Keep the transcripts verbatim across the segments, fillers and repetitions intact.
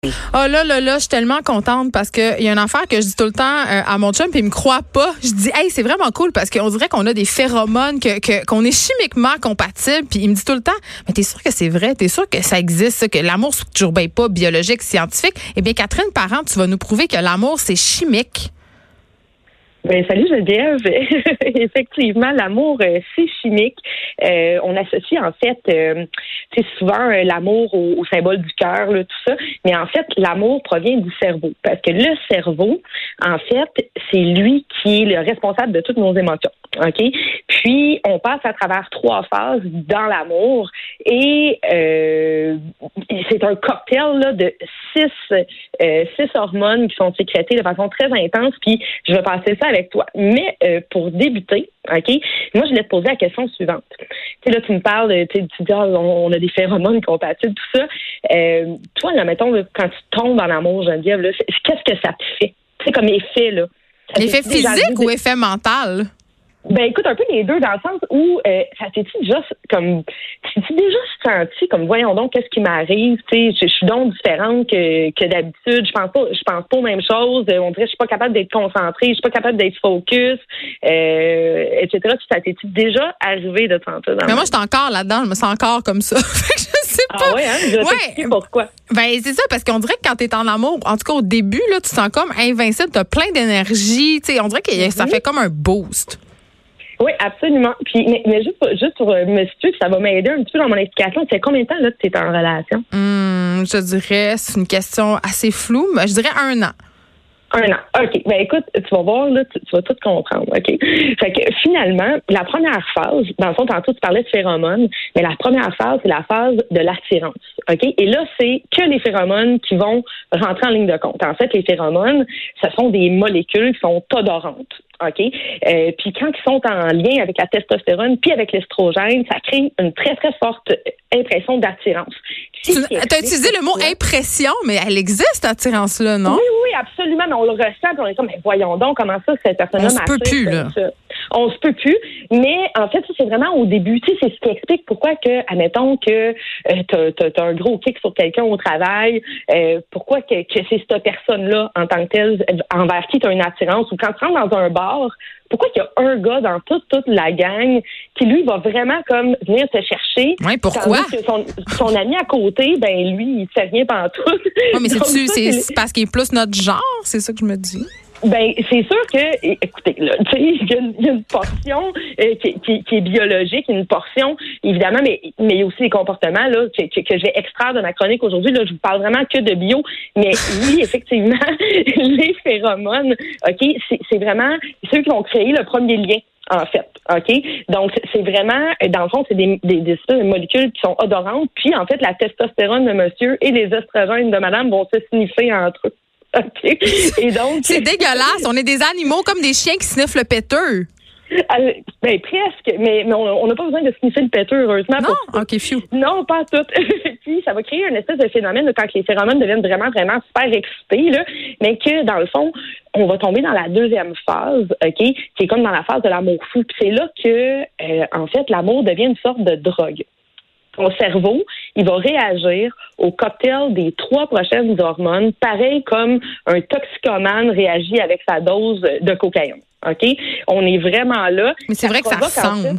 Oh là, là, là, je suis tellement contente parce qu'il y a une affaire que je dis tout le temps euh, à mon chum puis il me croit pas. Je dis, hey, c'est vraiment cool parce qu'on dirait qu'on a des phéromones, que, que, qu'on est chimiquement compatibles. Puis il me dit tout le temps, mais t'es sûr que c'est vrai? T'es sûr que ça existe, ça, que l'amour, c'est toujours bien pas biologique, scientifique? Eh bien, Catherine Parent, tu vas nous prouver que l'amour, c'est chimique. Ben, salut Geneviève. Effectivement, l'amour, euh, c'est chimique. Euh, on associe en fait, euh, c'est souvent euh, l'amour au, au symbole du cœur, là, tout ça. Mais en fait, l'amour provient du cerveau, parce que le cerveau, en fait, c'est lui qui est le responsable de toutes nos émotions. Ok. Puis, on passe à travers trois phases dans l'amour, et euh, c'est un cocktail là, de six, euh, six hormones qui sont sécrétées de façon très intense. Puis, je vais passer ça avec toi. Mais euh, pour débuter, OK, moi, je voulais te poser la question suivante. Tu sais, là, tu me parles, tu dis, ah, on, on a des phéromones compatibles, tout ça. Euh, toi, là, mettons, là, quand tu tombes en amour, Geneviève, là, qu'est-ce que ça te fait? Tu sais, comme effet, là. Effet physique ou effet mental? Ben écoute, un peu les deux, dans le sens où euh, ça t'es-tu déjà comme t'es-tu déjà senti comme voyons donc qu'est-ce qui m'arrive, tu sais, je, je suis donc différente que, que d'habitude, je pense pas je pense pas aux mêmes choses, on dirait que je suis pas capable d'être concentrée, je suis pas capable d'être focus, euh, et cetera. Ça t'es-tu déjà arrivé de te sentir dans? Mais moi, je suis encore là-dedans, je me sens encore comme ça. Je sais pas. Ah ouais, hein? Je ouais. Pourquoi? Ben c'est ça, parce qu'on dirait que quand t'es en amour, en tout cas au début, là, tu te sens comme invincible, t'as plein d'énergie, tu sais, on dirait que mm-hmm. ça fait comme un boost. Oui, absolument. Puis, mais, mais juste, pour, juste pour me situer, ça va m'aider un petit peu dans mon explication. Tu sais combien de temps là que tu es en relation? Hum, je dirais, c'est une question assez floue, mais je dirais un an. Un an. OK. Ben écoute, tu vas voir, là, tu, tu vas tout comprendre. OK. Fait que finalement, la première phase, dans le fond, tantôt, tu parlais de phéromones, mais la première phase, c'est la phase de l'attirance. OK? Et là, c'est que les phéromones qui vont rentrer en ligne de compte. En fait, les phéromones, ce sont des molécules qui sont odorantes. OK? Euh, puis quand ils sont en lien avec la testostérone puis avec l'estrogène, ça crée une très, très forte impression d'attirance. Tu as utilisé le mot impression, mais elle existe, cette attirance-là, non? Oui, oui, absolument. Mais on le ressent, puis on est comme, mais voyons donc, comment ça, cette personne-là m'attire? On se peut plus, là. Ça. On se peut plus. Mais en fait, ça, c'est vraiment au début. Tu sais, c'est ce qui explique pourquoi que, admettons que euh, t'as, t'as, t'as un gros kick sur quelqu'un au travail, euh, pourquoi que, que c'est cette personne-là, en tant que telle, envers qui tu as une attirance, ou quand tu rentres dans un bar, pourquoi qu'il y a un gars dans toute, toute la gang qui, lui, va vraiment comme venir te chercher? Oui, pourquoi? Que son, son ami à côté, ben lui, il ne sait rien pantoute. Oui, mais c'est, c'est, c'est, c'est parce qu'il est plus notre genre, c'est ça que je me dis. Ben, c'est sûr que, écoutez, là, tu sais, il y, y a une portion euh, qui, qui, qui est biologique, une portion, évidemment, mais mais il y a aussi les comportements là que, que, que je vais extraire de ma chronique aujourd'hui. Là, je vous parle vraiment que de bio, mais oui, effectivement, les phéromones, ok, c'est, c'est vraiment ceux qui vont créer le premier lien. En fait, OK? Donc, c'est vraiment, dans le fond, c'est des, des, des molécules qui sont odorantes, puis en fait, la testostérone de monsieur et les estrogènes de madame vont se sniffer entre eux. OK? Et donc. C'est dégueulasse. On est des animaux comme des chiens qui sniffent le péteux. Euh, ben presque, mais, mais on n'a pas besoin de sniffer le péteux, heureusement. Non, pour OK, fiou. Non, pas tout. Puis ça va créer une espèce de phénomène là, quand les phéromones deviennent vraiment, vraiment super excités, là, mais que dans le fond, on va tomber dans la deuxième phase, OK, qui est comme dans la phase de l'amour fou. Puis c'est là que, euh, en fait, l'amour devient une sorte de drogue. Ton cerveau, il va réagir au cocktail des trois prochaines hormones, pareil comme un toxicomane réagit avec sa dose de cocaïne. OK? On est vraiment là. Mais c'est ça vrai que ça ressemble.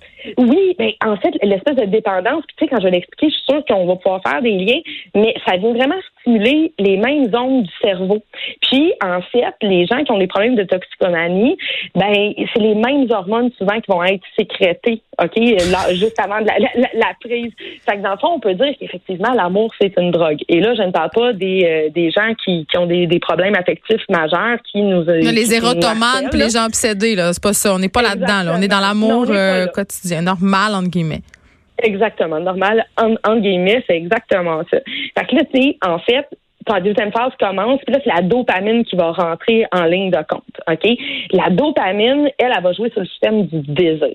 Oui, mais en fait, l'espèce de dépendance, puis tu sais, quand je vais l'expliquer, je suis sûre qu'on va pouvoir faire des liens, mais ça vient vraiment stimuler les mêmes zones du cerveau. Puis, en fait, les gens qui ont des problèmes de toxicomanie, ben, c'est les mêmes hormones souvent qui vont être sécrétées, OK, là, juste avant de la, la, la, la prise. Fait que dans le fond, on peut dire qu'effectivement, l'amour, c'est une drogue. Et là, je ne parle pas des, euh, des gens qui, qui ont des, des problèmes affectifs majeurs qui nous... Non, les érotomanes puis les gens obsédés, là, c'est pas ça. On n'est pas Exactement. là-dedans, là. On est dans l'amour non, euh, quotidien. Normal, entre guillemets. Exactement. Normal, en, entre guillemets, c'est exactement ça. Fait que là, tu sais, en fait, la deuxième phase commence, puis là, c'est la dopamine qui va rentrer en ligne de compte, OK? La dopamine, elle, elle va jouer sur le système du désir.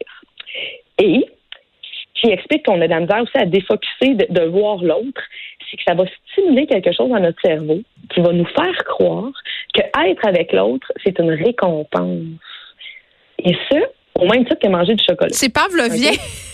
Et, qui explique qu'on a de la misère aussi à défocuser de, de voir l'autre, c'est que ça va stimuler quelque chose dans notre cerveau qui va nous faire croire que être avec l'autre, c'est une récompense. Et ça, au même titre que manger du chocolat. C'est pavlovien. Okay?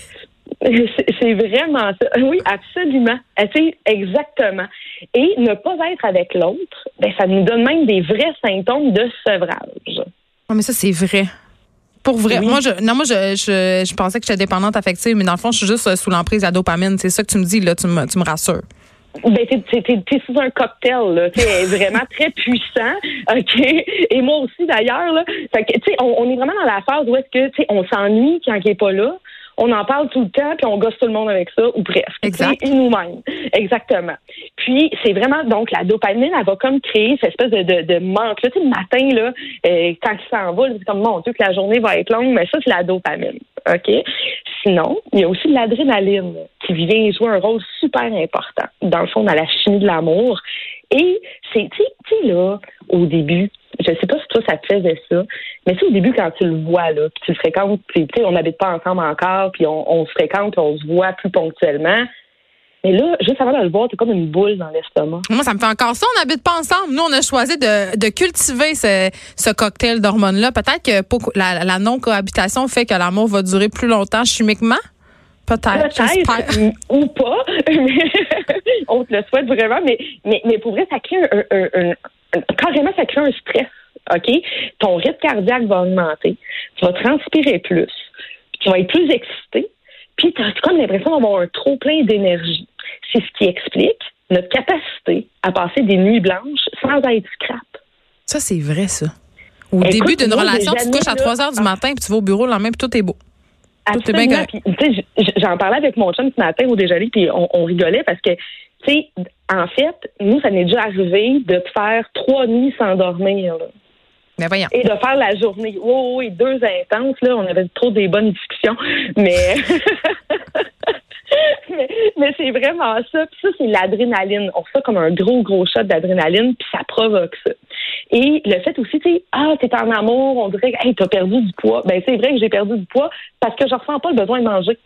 C'est, c'est vraiment ça. Oui, absolument. C'est exactement. Et ne pas être avec l'autre, ben, ça nous donne même des vrais symptômes de sevrage. Oh, mais ça, c'est vrai. Pour vrai. Oui. Moi, je, non, moi, je, je, je pensais que j'étais dépendante affective, mais dans le fond, je suis juste sous l'emprise de la dopamine. C'est ça que tu me dis, là. Tu me, tu me rassures. Ben, t'es, t'es, t'es, t'es sous un cocktail, là. T'es vraiment très puissant, OK? Et moi aussi, d'ailleurs, là. Fait que, tu sais, on, on est vraiment dans la phase où est-ce que, tu sais, on s'ennuie quand il n'est pas là. On en parle tout le temps, puis on gosse tout le monde avec ça, ou presque. Exact. Et nous-mêmes. Exactement. Puis, c'est vraiment, donc, la dopamine, elle va comme créer cette espèce de, de, de manque. Là, tu sais, le matin, là, euh, quand il s'en va, c'est comme, mon Dieu, que la journée va être longue, mais ça, c'est la dopamine. OK? Sinon, il y a aussi de l'adrénaline qui vient jouer un rôle super important, dans le fond, dans la chimie de l'amour. Et c'est, tu sais, là, au début, je sais pas si toi, ça te faisait ça, mais tu sais, au début, quand tu le vois, là, puis tu le fréquentes, puis tu sais, on n'habite pas ensemble encore, puis on, on se fréquente, on se voit plus ponctuellement. Mais là, juste avant de le voir, t'es comme une boule dans l'estomac. Moi, ça me fait encore ça. On n'habite pas ensemble. Nous, on a choisi de, de cultiver ce, ce cocktail d'hormones-là. Peut-être que pour la, la non-cohabitation fait que l'amour va durer plus longtemps chimiquement. Peut-être. Peut-être, ou pas. On te le souhaite vraiment. Mais, mais, mais pour vrai, ça crée un, un, un, un carrément, ça crée un stress. OK? Ton rythme cardiaque va augmenter. Tu vas transpirer plus. Puis tu vas être plus excité. Puis tu as comme l'impression d'avoir un trop plein d'énergie. C'est ce qui explique notre capacité à passer des nuits blanches sans être scrap. Ça, c'est vrai, ça. Au Écoute, début d'une relation, tu te couches à trois heures du matin puis tu vas au bureau le lendemain puis tout est beau. Absolument. Tout est bien correct. Puis, j'en parlais avec mon chum ce matin au déjeuner puis on, on rigolait parce que, tu sais, en fait, nous, ça m'est déjà arrivé de faire trois nuits sans dormir, là. Mais voyons. Et de faire la journée. Oui, oui, oui, deux intenses, là. On avait trop des bonnes discussions. Mais, mais, mais c'est vraiment ça. Puis ça, c'est l'adrénaline. On fait ça comme un gros, gros shot d'adrénaline, puis ça provoque ça. Et le fait aussi, tu sais, ah, t'es en amour, on dirait que, hey, t'as perdu du poids. Ben, c'est vrai que j'ai perdu du poids parce que je ressens pas le besoin de manger.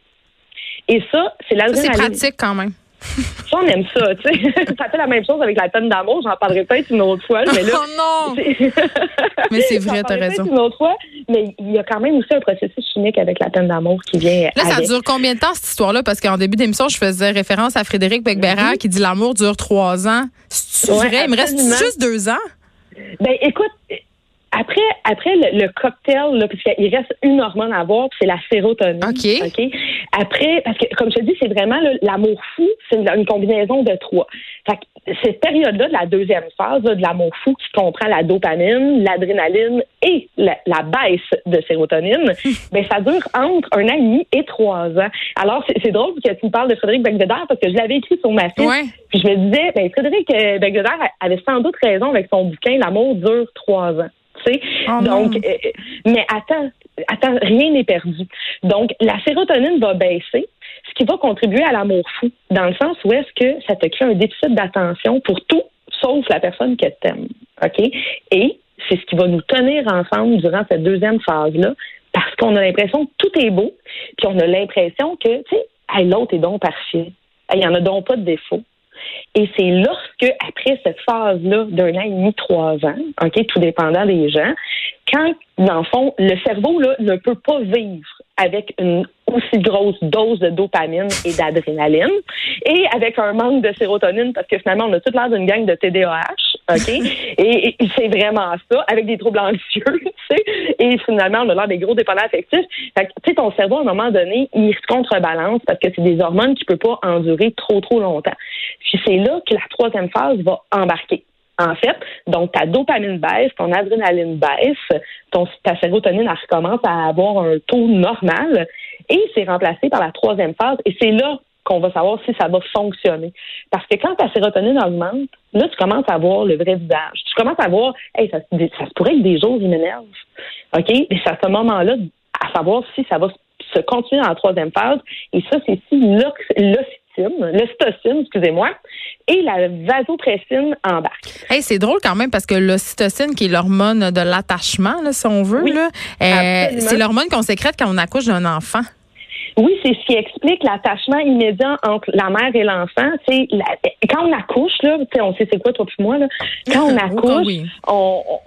Et ça, c'est l'adrénaline. Ça, c'est pratique quand même. Ça, on aime ça, tu sais. Ça fait la même chose avec la peine d'amour. J'en parlerai peut-être une autre fois. Mais là, oh non! C'est... mais c'est vrai, t'as raison. Une autre fois, mais il y a quand même aussi un processus chimique avec la peine d'amour qui vient. Là, avec. Ça dure combien de temps, cette histoire-là? Parce qu'en début d'émission, je faisais référence à Frédéric Becbérard mm-hmm. qui dit l'amour dure trois ans. C'est ouais, vrai? Il me reste juste deux ans? Ben, écoute. Après, après le, le cocktail, là, puisqu'il reste une hormone à voir, puis c'est la sérotonine. OK. OK. Après, parce que, comme je te dis, c'est vraiment là, l'amour fou, c'est une, une combinaison de trois. Fait que cette période-là de la deuxième phase, là, de l'amour fou, qui comprend la dopamine, l'adrénaline et la, la baisse de sérotonine, ben ça dure entre un an et demi et trois ans. Alors, c'est, c'est drôle que tu me parles de Frédéric Becbérard, parce que je l'avais écrit sur ma fiche. Ouais. Puis je me disais, ben Frédéric Becbérard avait sans doute raison avec son bouquin « L'amour dure trois ans ». Oh Donc, euh, mais attends, attends, rien n'est perdu. Donc, la sérotonine va baisser, ce qui va contribuer à l'amour fou, dans le sens où est-ce que ça te crée un déficit d'attention pour tout, sauf la personne que t'aimes. OK? Et c'est ce qui va nous tenir ensemble durant cette deuxième phase-là, parce qu'on a l'impression que tout est beau, puis on a l'impression que, tu sais, hey, l'autre est donc parfait. Il n'y en a donc pas de défaut. Et c'est lorsque, après cette phase-là d'un an et demi, trois ans, OK, tout dépendant des gens, quand, dans le fond, le cerveau là, ne peut pas vivre avec une aussi grosse dose de dopamine et d'adrénaline et avec un manque de sérotonine, parce que finalement, on a toute l'air d'une gang de T D A H, OK? et, et c'est vraiment ça, avec des troubles anxieux, tu sais, et finalement, on a l'air des gros dépendants affectifs. Fait que, tu sais, ton cerveau, à un moment donné, il se contrebalance parce que c'est des hormones qui ne peuvent pas endurer trop, trop longtemps. Puis c'est là que la troisième phase va embarquer. En fait, donc ta dopamine baisse, ton adrénaline baisse, ton, ta sérotonine elle recommence à avoir un taux normal et c'est remplacé par la troisième phase et c'est là qu'on va savoir si ça va fonctionner. Parce que quand ta sérotonine augmente, là, tu commences à voir le vrai visage. Tu commences à voir, hey, ça, ça se pourrait que des jours, ils m'énervent. OK? Et c'est à ce moment-là, à savoir si ça va se continuer dans la troisième phase. Et ça, c'est si l'ocytocine, l'ocytocine, excusez-moi, et la vasopressine embarquent. Hey, c'est drôle quand même parce que l'ocytocine, qui est l'hormone de l'attachement, là, si on veut, oui, là, euh, c'est l'hormone qu'on sécrète quand on accouche d'un enfant. Oui, c'est ce qui explique l'attachement immédiat entre la mère et l'enfant. C'est la, quand on accouche, là, on sait c'est quoi toi puis moi, là, quand on accouche, oui. on, on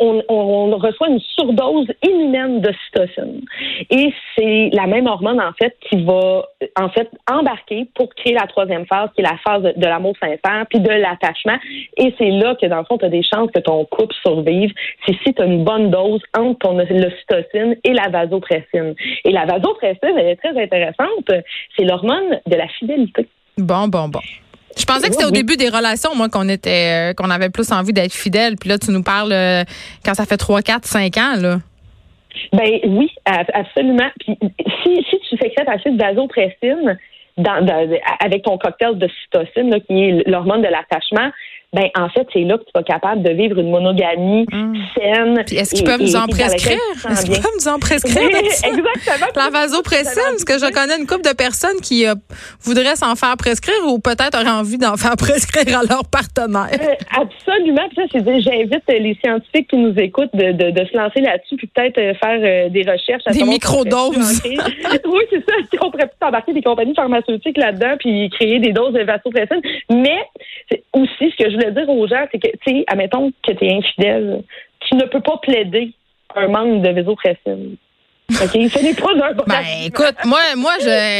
on, on, on reçoit une surdose inhumaine d'ocytocine. Et c'est la même hormone, en fait, qui va, en fait, embarquer pour créer la troisième phase, qui est la phase de, de l'amour sincère, puis de l'attachement. Et c'est là que, dans le fond, tu as des chances que ton couple survive. C'est si tu as une bonne dose entre ton l'ocytocine et la vasopressine. Et la vasopressine, elle est très intéressante. C'est l'hormone de la fidélité. Bon, bon, bon. Je pensais que c'était au début des relations, moi, qu'on était, euh, qu'on avait plus envie d'être fidèle. Puis là, tu nous parles euh, quand ça fait trois, quatre, cinq ans, là. Ben oui, absolument. Puis si, si tu sécrètes assez de vasopressine dans, dans, avec ton cocktail de cytocine, là, qui est l'hormone de l'attachement, ben en fait, c'est là que tu vas être capable de vivre une monogamie mmh. saine. Puis est-ce qu'ils peuvent nous en prescrire? Est-ce qu'ils peuvent nous en prescrire? Oui, exactement. La vasopressine, parce que je connais une couple de personnes qui euh, voudraient s'en faire prescrire ou peut-être auraient envie d'en faire prescrire à leur partenaire. Euh, absolument. Puis ça, c'est dit, j'invite les scientifiques qui nous écoutent de, de, de se lancer là-dessus puis peut-être euh, faire euh, des recherches. À des microdoses. Oui, c'est ça. On pourrait peut-être embarquer des compagnies pharmaceutiques là-dedans puis créer des doses de vasopressine. Mais c'est aussi, ce que je voulais dire aux gens, c'est que, tu sais, admettons que tu es infidèle, tu ne peux pas plaider un manque de vasopressine. OK? Ce n'est pas un bon Ben, écoute, moi, moi,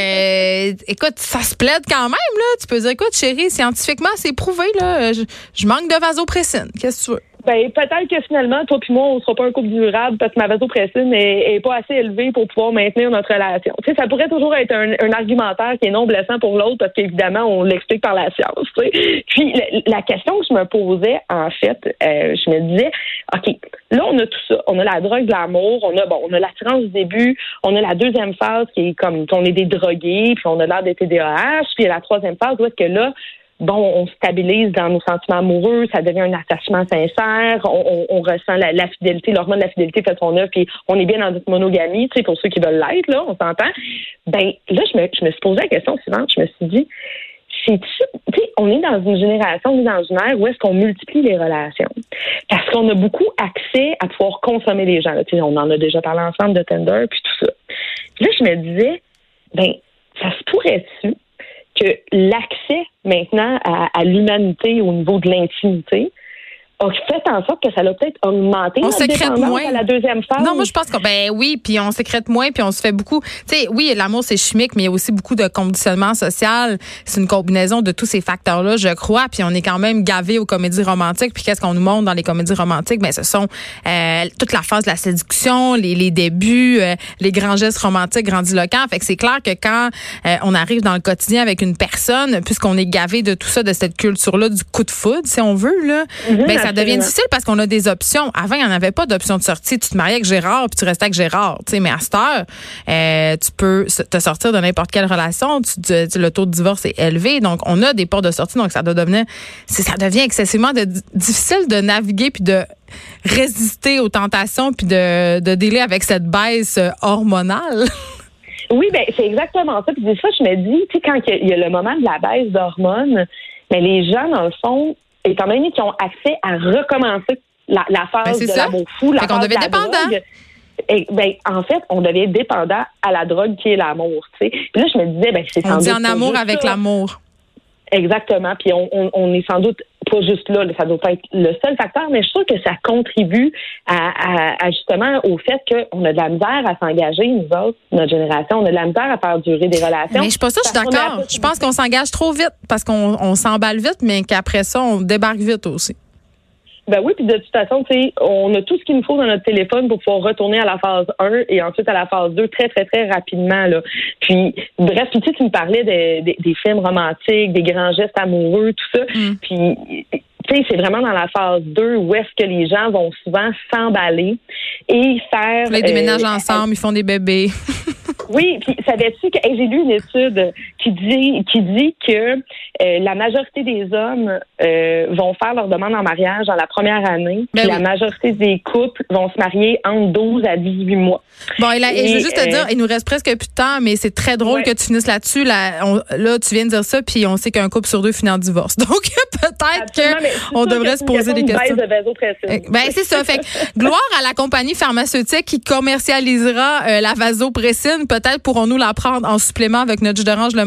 je, écoute, ça se plaide quand même, là. Tu peux dire, écoute, chérie, scientifiquement, c'est prouvé, là. Je, je manque de vasopressine. Qu'est-ce que tu veux? Ben, peut-être que finalement, toi puis moi, on sera pas un couple durable parce que ma vasopressine est, est pas assez élevée pour pouvoir maintenir notre relation. Tu sais, ça pourrait toujours être un, un argumentaire qui est non blessant pour l'autre parce qu'évidemment, on l'explique par la science, tu sais. Puis, la, la question que je me posais, en fait, euh, je me disais, OK, là, on a tout ça. On a la drogue de l'amour, on a, bon, on a l'attirance du début, on a la deuxième phase qui est comme qu'on est des drogués, puis on a l'air des T D A H, puis la troisième phase où est-ce que là, bon, on stabilise dans nos sentiments amoureux, ça devient un attachement sincère, on, on, on ressent la, la fidélité, l'hormone de la fidélité fait son œuvre, puis on est bien dans notre monogamie, tu sais, pour ceux qui veulent l'être, là, on s'entend. Ben, là, je me, je me suis posé la question suivante, je me suis dit, c'est-tu, tu sais, on est dans une génération, on est dans une ère où est-ce qu'on multiplie les relations? Parce qu'on a beaucoup accès à pouvoir consommer les gens, là, tu sais, on en a déjà parlé ensemble de Tinder, puis tout ça. Puis là, je me disais, ben, ça se pourrait-tu que l'accès maintenant à, à l'humanité au niveau de l'intimité a fait en sorte que ça l'a peut-être augmenté. On sécrète moins. À la deuxième phase. Non, moi, je pense que, ben oui, puis on sécrète moins, puis on se fait beaucoup. Tu sais, oui, l'amour, c'est chimique, mais il y a aussi beaucoup de conditionnement social. C'est une combinaison de tous ces facteurs-là, je crois. Puis on est quand même gavé aux comédies romantiques. Puis qu'est-ce qu'on nous montre dans les comédies romantiques? Ben, ce sont euh, toute la phase de la séduction, les, les débuts, euh, les grands gestes romantiques grandiloquents. Fait que c'est clair que quand euh, on arrive dans le quotidien avec une personne, puisqu'on est gavé de tout ça, de cette culture-là, du coup de foudre, si on veut, là, mm-hmm, ben, ça ça devient difficile parce qu'on a des options. Avant, il n'y en avait pas d'option de sortie. Tu te mariais avec Gérard puis tu restais avec Gérard. Tu sais, mais à cette heure, euh, tu peux te sortir de n'importe quelle relation. Tu, tu, le taux de divorce est élevé. Donc, on a des portes de sortie. Donc, ça doit devenir, ça devient excessivement de, difficile de naviguer puis de résister aux tentations puis de, de délai avec cette baisse hormonale. Oui, ben c'est exactement ça. Puis des fois, je me dis, tu sais, quand il y a le moment de la baisse d'hormones, mais les gens, dans le fond, étant donné qu'ils ont accès à recommencer la, la phase ben de l'amour fou, la fait phase qu'on devait de la dépendant. drogue, et, ben, en fait, on devait être dépendant à la drogue qui est l'amour. Tu sais. Puis là, je me disais, ben c'est sans on doute dit en amour juste avec ça. L'amour. Exactement. Puis on, on, on est sans doute pas juste là, ça doit pas être le seul facteur, mais je suis sûre que ça contribue à, à, à justement au fait qu'on a de la misère à s'engager, nous autres, notre génération, on a de la misère à faire durer des relations. Mais je suis pas sûre, je suis d'accord. Je pense qu'on s'engage trop vite parce qu'on on s'emballe vite, mais qu'après ça, on débarque vite aussi. Ben oui, puis de toute façon, tu sais, on a tout ce qu'il nous faut dans notre téléphone pour pouvoir retourner à la phase un et ensuite à la phase deux très, très, très rapidement, là. Puis, bref, tu sais, tu me parlais de, de, des films romantiques, des grands gestes amoureux, tout ça. Mm. Puis, tu sais, c'est vraiment dans la phase deux où est-ce que les gens vont souvent s'emballer et faire... Ils déménagent euh, ensemble, euh, ils font des bébés. Oui, puis savais-tu que hey, j'ai lu une étude qui dit qui dit que euh, la majorité des hommes euh, vont faire leur demande en mariage dans la première année, ben puis oui. La majorité des couples vont se marier entre douze à dix-huit mois. Bon, et, là, et je veux juste euh, te dire, il nous reste presque plus de temps, mais c'est très drôle ouais. que tu finisses là-dessus. Là, on, là, tu viens de dire ça, puis on sait qu'un couple sur deux finit en divorce. Donc peut-être qu'on devrait se poser des questions. De ben c'est ça. Fait que, gloire à la compagnie pharmaceutique qui commercialisera euh, la vasopressine. Peut-être pourrons-nous la prendre en supplément avec notre jus d'orange le matin.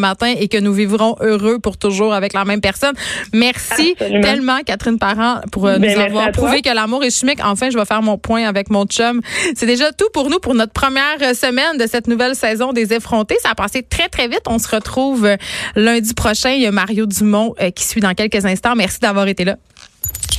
matin et que nous vivrons heureux pour toujours avec la même personne. Merci Absolument. tellement, Catherine Parent, pour euh, Ben, nous avoir prouvé que l'amour est chimique. Enfin, je vais faire mon point avec mon chum. C'est déjà tout pour nous pour notre première semaine de cette nouvelle saison des Effrontés. Ça a passé très, très vite. On se retrouve lundi prochain. Il y a Mario Dumont euh, qui suit dans quelques instants. Merci d'avoir été là.